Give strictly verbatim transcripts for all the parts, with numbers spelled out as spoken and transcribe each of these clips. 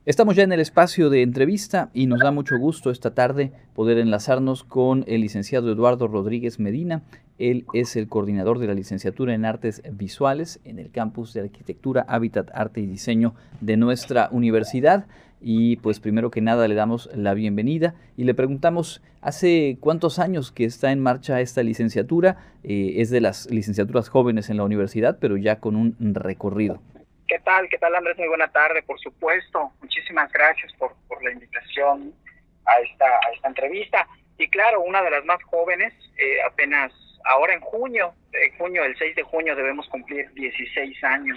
Estamos ya en el espacio de entrevista y nos da mucho gusto esta tarde poder enlazarnos con el licenciado Eduardo Rodríguez Medina. Él es el coordinador de la licenciatura en Artes Visuales en el campus de Arquitectura, Hábitat, Arte y Diseño de nuestra universidad. Y pues primero que nada le damos la bienvenida y le preguntamos, ¿hace cuántos años que está en marcha esta licenciatura? Eh, es de las licenciaturas jóvenes en la universidad, pero ya con un recorrido. ¿Qué tal? ¿Qué tal, Andrés? Muy buena tarde, por supuesto. Muchísimas gracias por, por la invitación a esta, a esta entrevista. Y claro, una de las más jóvenes, eh, apenas ahora en junio, en junio, el seis de junio, debemos cumplir dieciséis años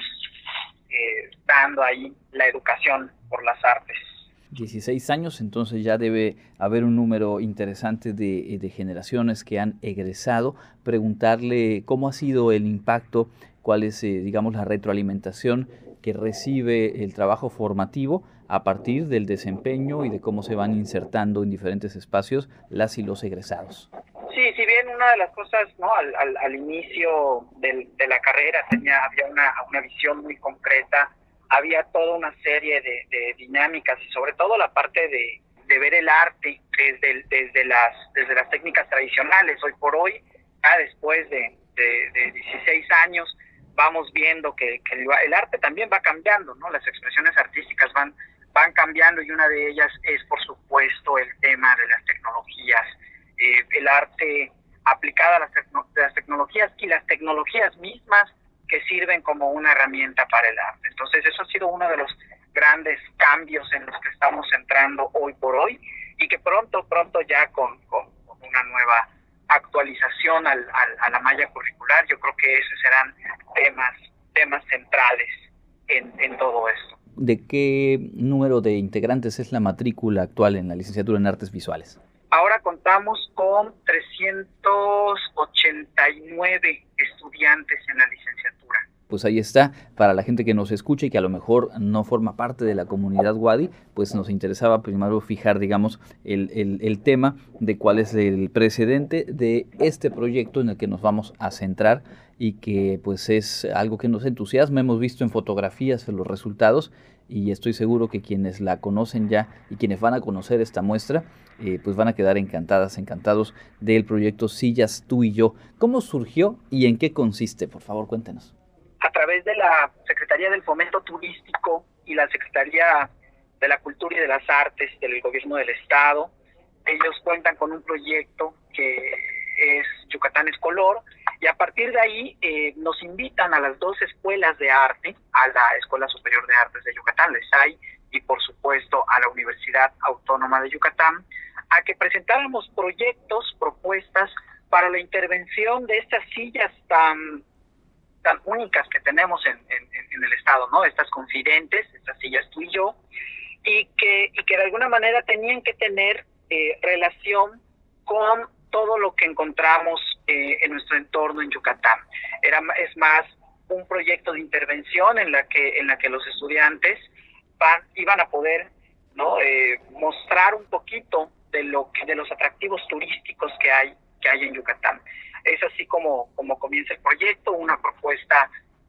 eh, dando ahí la educación por las artes. dieciséis años, entonces ya debe haber un número interesante de, de generaciones que han egresado. Preguntarle cómo ha sido el impacto, cuál es, eh, digamos, la retroalimentación que recibe el trabajo formativo a partir del desempeño y de cómo se van insertando en diferentes espacios las y los egresados. Sí, si bien una de las cosas, ¿no? al, al, al inicio del, de la carrera tenía, había una, una visión muy concreta, había toda una serie de, de dinámicas y sobre todo la parte de, de ver el arte desde, desde, las, desde las técnicas tradicionales. Hoy por hoy, ya después de, de, de dieciséis años, vamos viendo que, que el, el arte también va cambiando, ¿no? Las expresiones artísticas van, van cambiando y una de ellas es, por supuesto, el tema de las tecnologías. Eh, el arte aplicada a las, tecno, las tecnologías y las tecnologías mismas que sirven como una herramienta para el arte. Entonces, eso ha sido uno de los grandes cambios en los que estamos entrando hoy por hoy y que pronto, pronto ya con, con, con una nueva actualización al, al, a la malla curricular, yo creo que esos serán temas, temas centrales en, en todo esto. ¿De qué número de integrantes es la matrícula actual en la licenciatura en Artes Visuales? Ahora contamos con trescientos ochenta y nueve estudiantes en la licenciatura. Pues ahí está, para la gente que nos escucha y que a lo mejor no forma parte de la comunidad Wadi, pues nos interesaba primero fijar, digamos, el, el, el tema de cuál es el precedente de este proyecto en el que nos vamos a centrar y que pues es algo que nos entusiasma. Hemos visto en fotografías los resultados y estoy seguro que quienes la conocen ya y quienes van a conocer esta muestra, eh, pues van a quedar encantadas, encantados del proyecto Sillas Tú y Yo. ¿Cómo surgió y en qué consiste? Por favor, cuéntenos. A través de la Secretaría del Fomento Turístico y la Secretaría de la Cultura y de las Artes del Gobierno del Estado, ellos cuentan con un proyecto que es Yucatán es Color, y a partir de ahí eh, nos invitan a las dos escuelas de arte, a la Escuela Superior de Artes de Yucatán, la E S A I, y por supuesto a la Universidad Autónoma de Yucatán, a que presentáramos proyectos, propuestas para la intervención de estas sillas tan tan únicas que tenemos en, en, en el estado, ¿no? Estas confidentes, estas sillas Tú y Yo, y que, y que de alguna manera tenían que tener eh, relación con todo lo que encontramos eh, en nuestro entorno en Yucatán. Era, es más, un proyecto de intervención en la que, en la que los estudiantes van, iban a poder, ¿no? eh, mostrar un poquito de, lo que, de los atractivos turísticos que hay, que hay en Yucatán. Es así como, como comienza el proyecto, una propuesta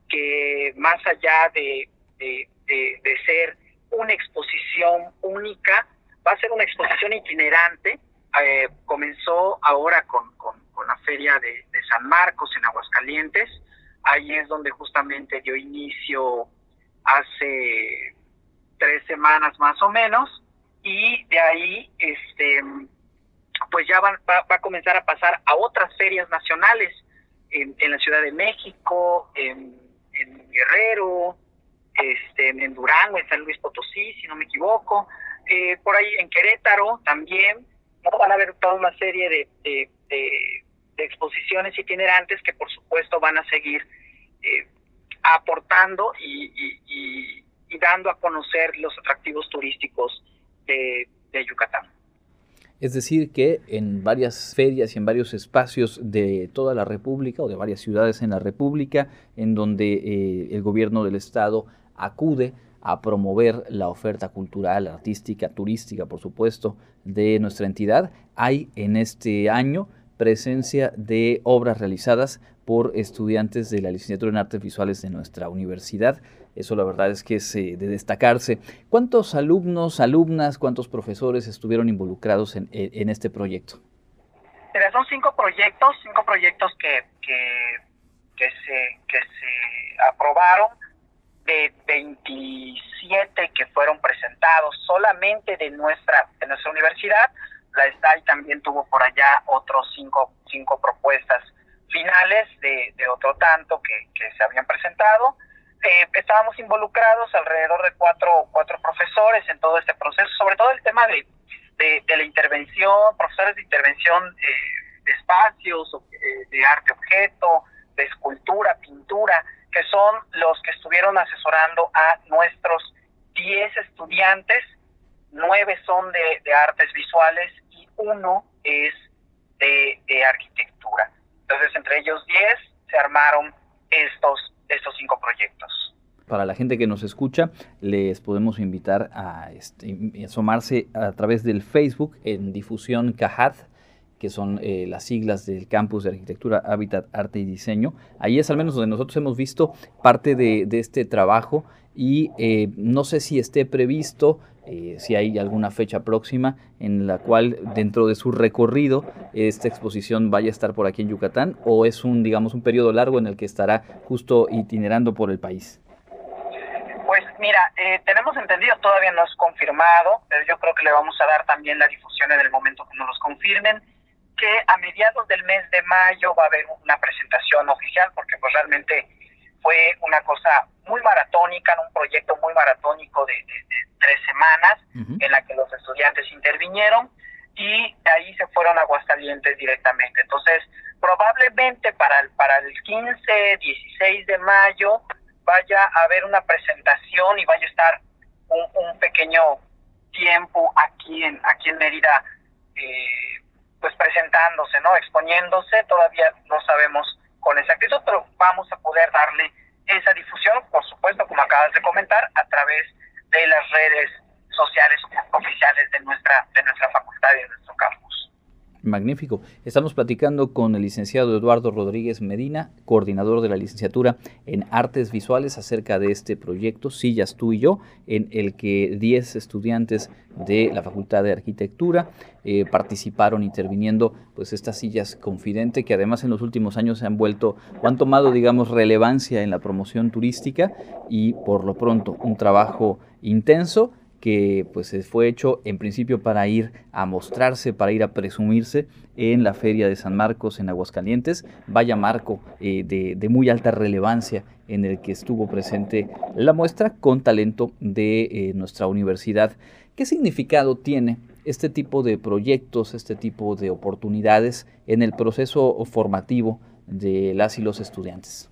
que más allá de, de, de, de ser una exposición única, va a ser una exposición itinerante. Eh, comenzó ahora con, con, con la Feria de, de San Marcos en Aguascalientes. Ahí es donde justamente dio inicio hace tres semanas más o menos, y de ahí este pues ya va, va, va a comenzar a pasar a otras ferias nacionales en, en la Ciudad de México, en, en Guerrero, este, en Durango, en San Luis Potosí, si no me equivoco, eh, por ahí en Querétaro también, ¿no? Van a haber toda una serie de, de, de, de exposiciones itinerantes que por supuesto van a seguir eh, aportando y, y, y, y dando a conocer los atractivos turísticos de, de Yucatán. Es decir, que en varias ferias y en varios espacios de toda la República o de varias ciudades en la República, en donde eh, el gobierno del estado acude a promover la oferta cultural, artística, turística, por supuesto, de nuestra entidad, hay en este año presencia de obras realizadas por estudiantes de la licenciatura en Artes Visuales de nuestra universidad. Eso la verdad es que es eh, de destacarse. ¿Cuántos alumnos, alumnas, cuántos profesores estuvieron involucrados en, en este proyecto? Mira, son cinco proyectos, cinco proyectos que, que, que, se, que se aprobaron, de veintisiete que fueron presentados solamente de nuestra, de nuestra universidad. La STAI también tuvo por allá otros cinco, cinco propuestas finales de, de otro tanto que, que se habían presentado. Eh, estábamos involucrados alrededor de cuatro, cuatro profesores en todo este proceso, sobre todo el tema de, de, de la intervención, profesores de intervención eh, de espacios, eh, de arte objeto, de escultura, pintura, que son los que estuvieron asesorando a nuestros diez estudiantes. Nueve son de, de artes visuales y uno es de, de arquitectura. Entonces, entre ellos diez se armaron estos, estos cinco proyectos. Para la gente que nos escucha, les podemos invitar a este, asomarse a través del Facebook en Difusión CAHAD, que son eh, las siglas del Campus de Arquitectura, Hábitat, Arte y Diseño. Ahí es al menos donde nosotros hemos visto parte de, de este trabajo y eh, no sé si esté previsto, eh, si hay alguna fecha próxima en la cual dentro de su recorrido esta exposición vaya a estar por aquí en Yucatán, o es un, digamos, un periodo largo en el que estará justo itinerando por el país. Pues mira, eh, tenemos entendido, todavía no es confirmado, pero yo creo que le vamos a dar también la difusión en el momento que nos los confirmen, que a mediados del mes de mayo va a haber una presentación oficial, porque pues realmente fue una cosa muy maratónica, un proyecto muy maratónico de, de, de tres semanas, uh-huh. en la que los estudiantes intervinieron y de ahí se fueron a Aguascalientes directamente. Entonces, probablemente para el, para el quince, dieciséis de mayo vaya a haber una presentación y vaya a estar un, un pequeño tiempo aquí en, aquí en Mérida, eh, pues presentándose, ¿no? Exponiéndose. Todavía no sabemos con exactitud, pero vamos a poder darle esa difusión, por supuesto, como acabas de comentar, a través de las redes sociales oficiales de nuestra, de nuestra facultad y de nuestro campus. Magnífico. Estamos platicando con el licenciado Eduardo Rodríguez Medina, coordinador de la licenciatura en Artes Visuales, acerca de este proyecto Sillas Tú y Yo, en el que diez estudiantes de la Facultad de Arquitectura eh, participaron interviniendo pues estas sillas confidente, que además en los últimos años se han vuelto o han tomado, digamos, relevancia en la promoción turística, y por lo pronto un trabajo intenso que pues fue hecho en principio para ir a mostrarse, para ir a presumirse en la Feria de San Marcos en Aguascalientes. Vaya marco eh, de, de muy alta relevancia en el que estuvo presente la muestra con talento de eh, nuestra universidad. ¿Qué significado tiene este tipo de proyectos, este tipo de oportunidades en el proceso formativo de las y los estudiantes?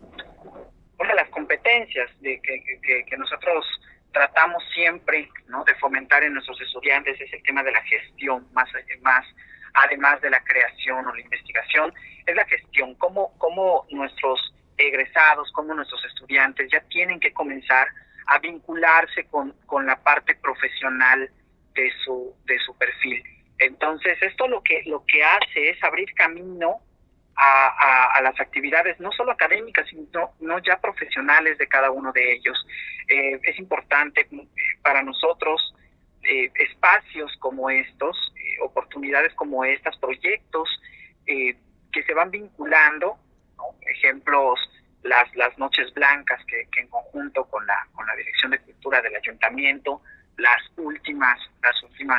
Una de las competencias de que, que, que nosotros tratamos siempre, ¿no?, de fomentar en nuestros estudiantes es el tema de la gestión, más, más además de la creación o la investigación, es la gestión, cómo, cómo nuestros egresados, cómo nuestros estudiantes ya tienen que comenzar a vincularse con, con la parte profesional de su, de su perfil. Entonces, esto lo que, lo que hace es abrir camino A, a, a las actividades no solo académicas, sino no ya profesionales de cada uno de ellos. Eh, es importante eh, para nosotros eh, espacios como estos, eh, oportunidades como estas, proyectos eh, que se van vinculando, ¿no? Ejemplos, las, las noches blancas que, que en conjunto con la, con la Dirección de Cultura del Ayuntamiento, las últimas, las últimas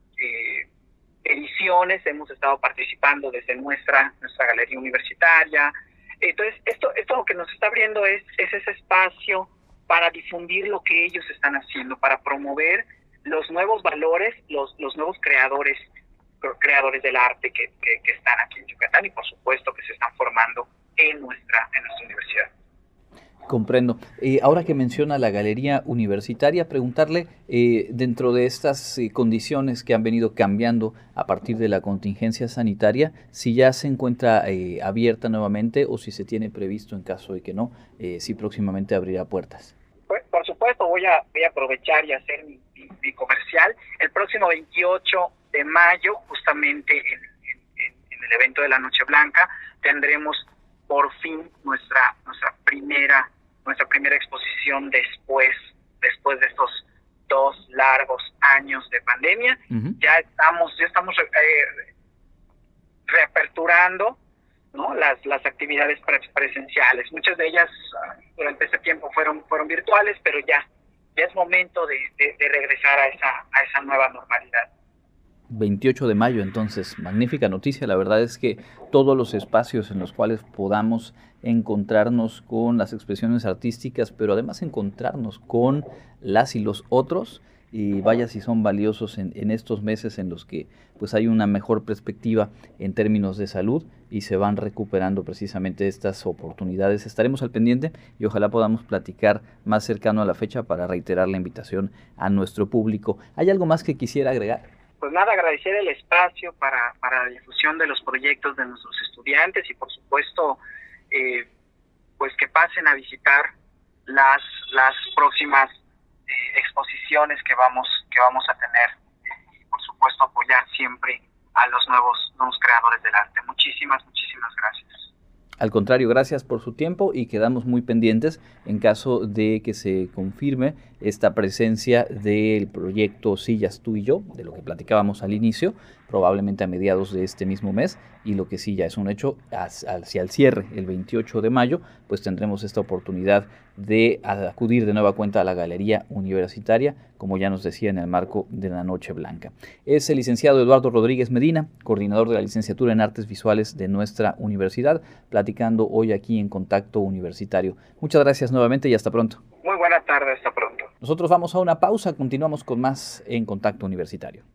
eh, ediciones hemos estado participando desde nuestra nuestra galería universitaria. Entonces esto esto lo que nos está abriendo es, es ese espacio para difundir lo que ellos están haciendo, para promover los nuevos valores, los los nuevos creadores creadores del arte que, que, que están aquí en Yucatán y por supuesto que se están formando en nuestra en nuestra universidad. Comprendo. Eh, ahora que menciona la galería universitaria, preguntarle, eh, dentro de estas eh, condiciones que han venido cambiando a partir de la contingencia sanitaria, si ya se encuentra eh, abierta nuevamente o si se tiene previsto, en caso de que no, eh, si próximamente abrirá puertas. Pues, por supuesto, voy a, voy a aprovechar y hacer mi, mi, mi comercial. El próximo veintiocho de mayo, justamente en, en, en el evento de la Noche Blanca, tendremos por fin nuestra, nuestra primera nuestra primera exposición después, después de estos dos largos años de pandemia. Uh-huh. Ya estamos, ya estamos eh, reaperturando, ¿no? las, las actividades presenciales. Muchas de ellas uh, durante ese tiempo fueron, fueron virtuales, pero ya, ya es momento de, de, de regresar a esa, a esa nueva normalidad. veintiocho de mayo, entonces, magnífica noticia. La verdad es que todos los espacios en los cuales podamos encontrarnos con las expresiones artísticas, pero además encontrarnos con las y los otros, y vaya si son valiosos en, en estos meses en los que pues hay una mejor perspectiva en términos de salud y se van recuperando precisamente estas oportunidades. Estaremos al pendiente y ojalá podamos platicar más cercano a la fecha para reiterar la invitación a nuestro público. ¿Hay algo más que quisiera agregar? Pues nada, agradecer el espacio para, para la difusión de los proyectos de nuestros estudiantes y por supuesto eh, pues que pasen a visitar las, las próximas eh, exposiciones que vamos, que vamos a tener y por supuesto apoyar siempre a los nuevos, nuevos creadores del arte. Muchísimas, muchísimas gracias. Al contrario, gracias por su tiempo y quedamos muy pendientes en caso de que se confirme esta presencia del proyecto Sillas Tú y Yo, de lo que platicábamos al inicio, probablemente a mediados de este mismo mes, y lo que sí ya es un hecho, hacia el cierre, el veintiocho de mayo, pues tendremos esta oportunidad de acudir de nueva cuenta a la Galería Universitaria, como ya nos decía, en el marco de la Noche Blanca. Es el licenciado Eduardo Rodríguez Medina, coordinador de la licenciatura en Artes Visuales de nuestra universidad, platicando hoy aquí en Contacto Universitario. Muchas gracias nuevamente y hasta pronto. Muy buena tarde, hasta pronto. Nosotros vamos a una pausa, continuamos con más en Contacto Universitario.